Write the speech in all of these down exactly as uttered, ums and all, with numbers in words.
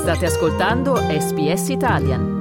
State ascoltando S B S Italian.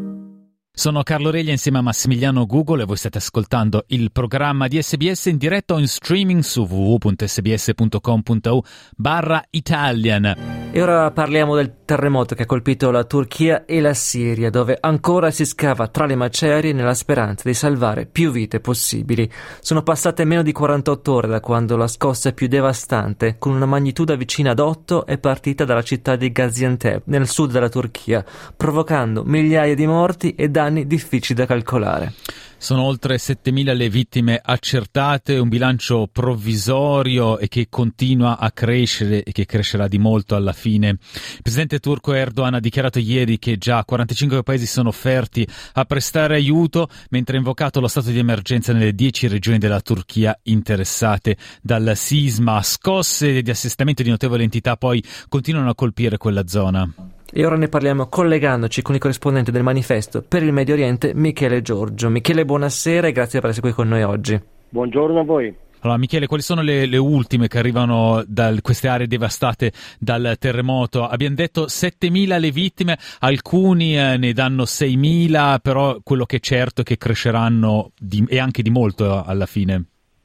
Sono Carlo Reglia insieme a Massimiliano Google e voi state ascoltando il programma di S B S in diretta o in streaming su w w w punto s b s punto com punto a u barra Italian. E ora parliamo del terremoto che ha colpito la Turchia e la Siria, dove ancora si scava tra le macerie nella speranza di salvare più vite possibili. Sono passate meno di quarantotto ore da quando la scossa più devastante, con una magnitudo vicina ad otto, è partita dalla città di Gaziantep, nel sud della Turchia, provocando migliaia di morti e danni difficili da calcolare. Sono oltre settemila le vittime accertate, un bilancio provvisorio e che continua a crescere e che crescerà di molto alla fine. Il presidente turco Erdogan ha dichiarato ieri che già quarantacinque paesi sono offerti a prestare aiuto, mentre ha invocato lo stato di emergenza nelle dieci regioni della Turchia interessate dal sisma. Scosse di assestamento di notevole entità poi continuano a colpire quella zona. E ora ne parliamo collegandoci con il corrispondente del Manifesto per il Medio Oriente, Michele Giorgio. Michele, buonasera e grazie per essere qui con noi oggi. Buongiorno a voi. Allora Michele, quali sono le, le ultime che arrivano da queste aree devastate dal terremoto? Abbiamo detto settemila le vittime, alcuni eh, ne danno seimila, però quello che è certo è che cresceranno di, e anche di molto alla fine.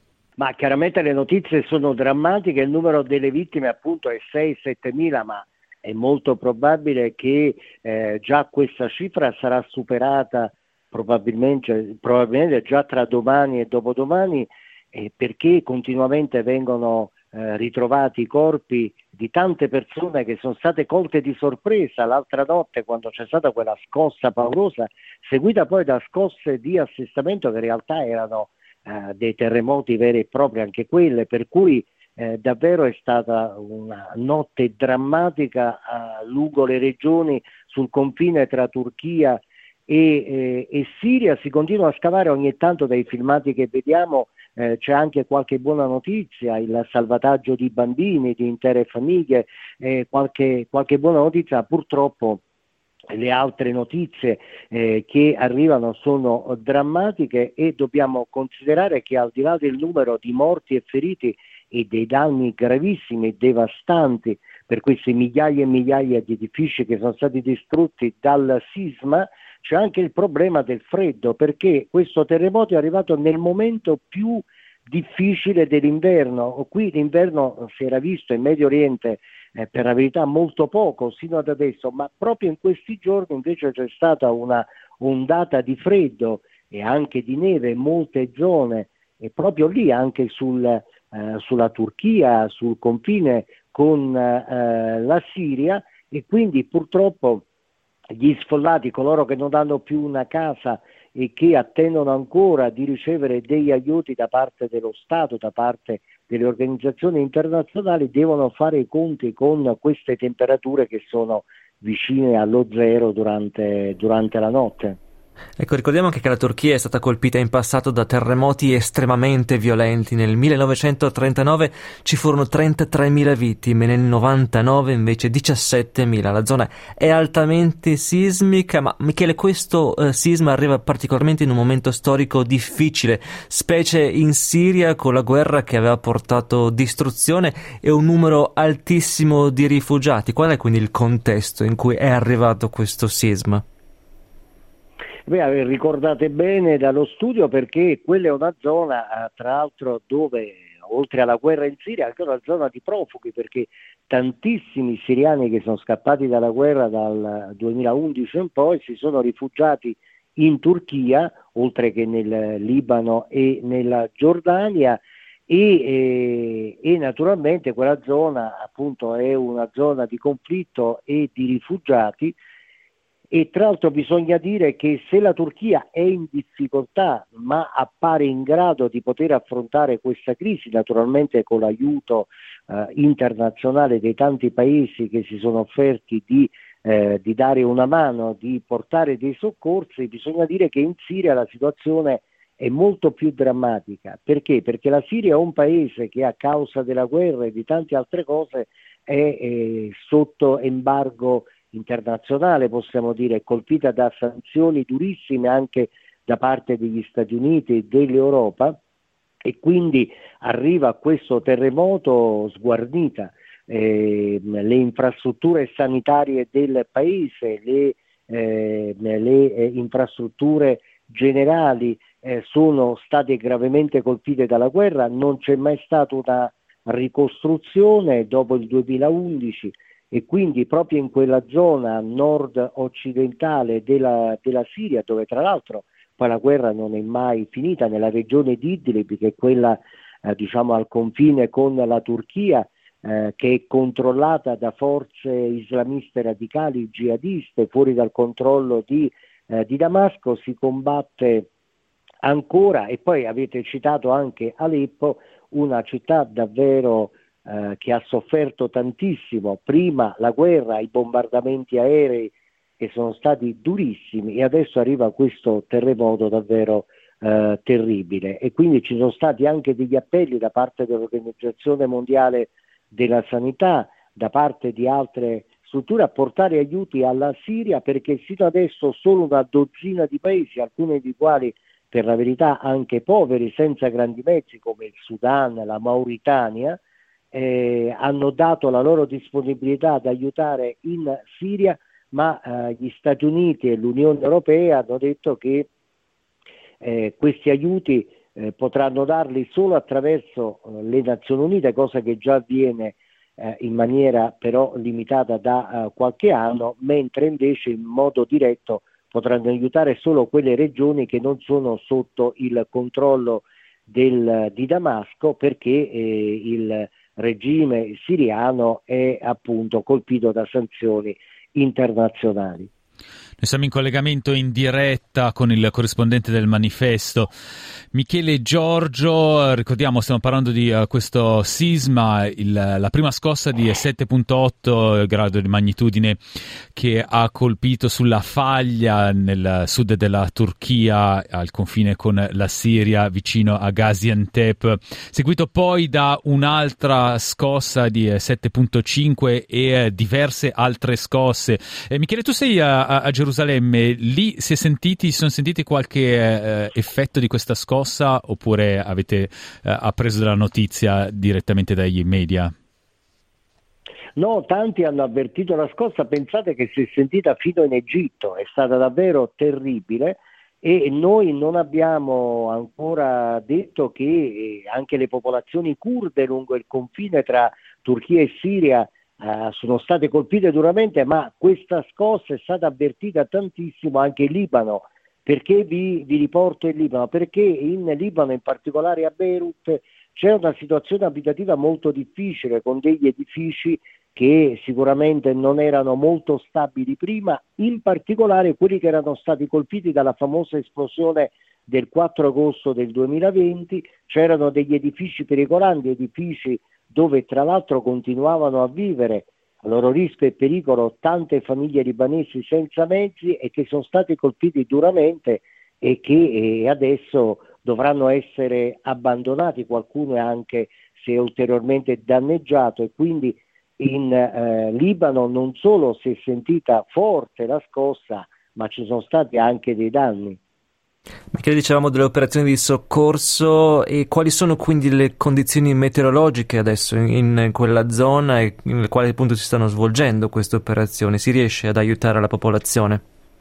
Ma chiaramente le notizie sono drammatiche, il numero delle vittime appunto è sei settemila, ma è molto probabile che eh, già questa cifra sarà superata probabilmente, probabilmente già tra domani e dopodomani, eh, perché continuamente vengono eh, ritrovati i corpi di tante persone che sono state colte di sorpresa l'altra notte quando c'è stata quella scossa paurosa, seguita poi da scosse di assestamento che in realtà erano eh, dei terremoti veri e propri anche quelle, per cui Eh, davvero è stata una notte drammatica eh, lungo le regioni sul confine tra Turchia e, eh, e Siria. Si continua a scavare, ogni tanto dai filmati che vediamo eh, c'è anche qualche buona notizia, il salvataggio di bambini, di intere famiglie, eh, qualche, qualche buona notizia. Purtroppo le altre notizie eh, che arrivano sono drammatiche e dobbiamo considerare che al di là del numero di morti e feriti e dei danni gravissimi e devastanti per queste migliaia e migliaia di edifici che sono stati distrutti dal sisma, c'è anche il problema del freddo, perché questo terremoto è arrivato nel momento più difficile dell'inverno. Qui l'inverno si era visto in Medio Oriente eh, per la verità molto poco sino ad adesso, ma proprio in questi giorni invece c'è stata una ondata di freddo e anche di neve in molte zone, e proprio lì anche sul Eh, sulla Turchia, sul confine con eh, la Siria, e quindi purtroppo gli sfollati, coloro che non hanno più una casa e che attendono ancora di ricevere degli aiuti da parte dello Stato, da parte delle organizzazioni internazionali, devono fare i conti con queste temperature che sono vicine allo zero durante, durante la notte. Ecco, ricordiamo anche che la Turchia è stata colpita in passato da terremoti estremamente violenti. Nel millenovecentotrentanove ci furono trentatremila vittime, nel novantanove invece diciassettemila. La zona è altamente sismica, ma Michele, questo eh, sisma arriva particolarmente in un momento storico difficile, specie in Siria, con la guerra che aveva portato distruzione e un numero altissimo di rifugiati. Qual è quindi il contesto in cui è arrivato questo sisma? Beh, ricordate bene dallo studio, perché quella è una zona, tra l'altro, dove oltre alla guerra in Siria è anche una zona di profughi, perché tantissimi siriani che sono scappati dalla guerra dal duemilaundici in poi si sono rifugiati in Turchia, oltre che nel Libano e nella Giordania, e, e, e naturalmente quella zona appunto è una zona di conflitto e di rifugiati. E tra l'altro bisogna dire che se la Turchia è in difficoltà ma appare in grado di poter affrontare questa crisi, naturalmente con l'aiuto eh, internazionale dei tanti paesi che si sono offerti di, eh, di dare una mano, di portare dei soccorsi, bisogna dire che in Siria la situazione è molto più drammatica. Perché? Perché la Siria è un paese che a causa della guerra e di tante altre cose è eh, sotto embargo internazionale, possiamo dire, colpita da sanzioni durissime anche da parte degli Stati Uniti e dell'Europa, e quindi arriva a questo terremoto sguarnita. eh, le infrastrutture sanitarie del paese, le, eh, le eh, infrastrutture generali eh, sono state gravemente colpite dalla guerra. Non c'è mai stata una ricostruzione dopo il duemilaundici e quindi proprio in quella zona nord-occidentale della, della Siria, dove tra l'altro poi la guerra non è mai finita, nella regione di Idlib, che è quella eh, diciamo al confine con la Turchia, eh, che è controllata da forze islamiste radicali jihadiste fuori dal controllo di, eh, di Damasco, si combatte ancora. E poi avete citato anche Aleppo, una città davvero eh, che ha sofferto tantissimo, prima la guerra, i bombardamenti aerei che sono stati durissimi, e adesso arriva questo terremoto davvero eh, terribile. E quindi ci sono stati anche degli appelli da parte dell'Organizzazione Mondiale della Sanità, da parte di altre strutture, a portare aiuti alla Siria, perché sino adesso solo una dozzina di paesi, alcuni dei quali per la verità anche poveri, senza grandi mezzi, come il Sudan, la Mauritania, eh, hanno dato la loro disponibilità ad aiutare in Siria, ma eh, gli Stati Uniti e l'Unione Europea hanno detto che eh, questi aiuti eh, potranno darli solo attraverso eh, le Nazioni Unite, cosa che già avviene eh, in maniera però limitata da eh, qualche anno, mentre invece in modo diretto potranno aiutare solo quelle regioni che non sono sotto il controllo del, di Damasco, perché eh, il regime siriano è appunto colpito da sanzioni internazionali. Noi siamo in collegamento in diretta con il corrispondente del Manifesto, Michele Giorgio. Ricordiamo, stiamo parlando di uh, questo sisma, il, la prima scossa di sette virgola otto grado di magnitudine che ha colpito sulla faglia nel sud della Turchia, al confine con la Siria, vicino a Gaziantep, seguito poi da un'altra scossa di sette virgola cinque e diverse altre scosse. Eh, Michele, tu sei a, a Gerusalemme, lì si è sentiti, si sono sentiti qualche eh, effetto di questa scossa, oppure avete eh, appreso della notizia direttamente dai media? No, tanti hanno avvertito la scossa. Pensate che si è sentita fino in Egitto, è stata davvero terribile, e noi non abbiamo ancora detto che anche le popolazioni curde lungo il confine tra Turchia e Siria Uh, sono state colpite duramente, ma questa scossa è stata avvertita tantissimo anche in Libano. Perché vi, vi riporto il Libano? Perché in Libano, in particolare a Beirut, c'è una situazione abitativa molto difficile, con degli edifici che sicuramente non erano molto stabili prima, in particolare quelli che erano stati colpiti dalla famosa esplosione del quattro agosto del duemilaventi. C'erano degli edifici pericolanti, edifici dove tra l'altro continuavano a vivere a loro rischio e pericolo tante famiglie libanesi senza mezzi, e che sono stati colpiti duramente e che eh, adesso dovranno essere abbandonati. Qualcuno anche si è ulteriormente danneggiato, e quindi in eh, Libano non solo si è sentita forte la scossa, ma ci sono stati anche dei danni. Michele, dicevamo delle operazioni di soccorso, e quali sono quindi le condizioni meteorologiche adesso in, in quella zona, e in quale appunto si stanno svolgendo queste operazioni? Si riesce ad aiutare la popolazione?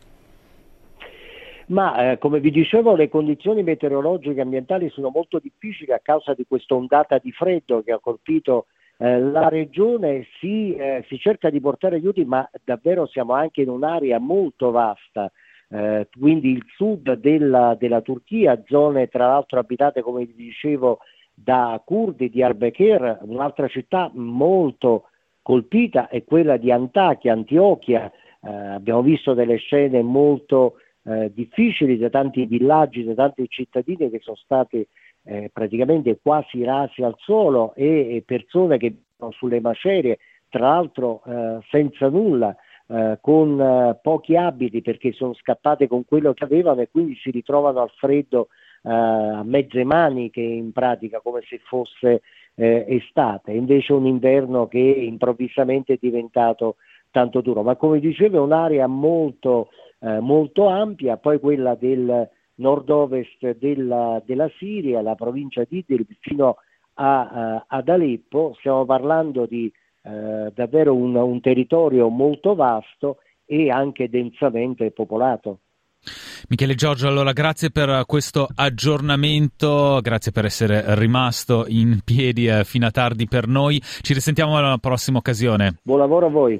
Ma eh, come vi dicevo, le condizioni meteorologiche e ambientali sono molto difficili a causa di questa ondata di freddo che ha colpito eh, la regione. Si, eh, si cerca di portare aiuti, ma davvero siamo anche in un'area molto vasta. Eh, quindi il sud della, della Turchia, zone tra l'altro abitate, come vi dicevo, da curdi, di Diyarbakir. Un'altra città molto colpita è quella di Antakya, Antiochia. Eh, abbiamo visto delle scene molto eh, difficili, da tanti villaggi, da tanti cittadini che sono stati eh, praticamente quasi rasi al suolo, e, e persone che sono sulle macerie, tra l'altro eh, senza nulla. Uh, con uh, pochi abiti, perché sono scappate con quello che avevano, e quindi si ritrovano al freddo uh, a mezze maniche, in pratica, come se fosse eh, estate. Invece un inverno che improvvisamente è diventato tanto duro. Ma come dicevo, è un'area molto, uh, molto ampia. Poi quella del nord-ovest della, della Siria, la provincia di Idlib, fino a, uh, ad Aleppo. Stiamo parlando di eh, davvero un, un territorio molto vasto e anche densamente popolato. Michele Giorgio, allora grazie per questo aggiornamento, grazie per essere rimasto in piedi eh, fino a tardi per noi, ci risentiamo alla prossima occasione. Buon lavoro a voi.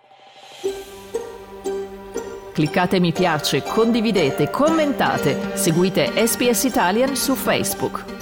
Cliccate mi piace, condividete, commentate, seguite S B S Italian su Facebook.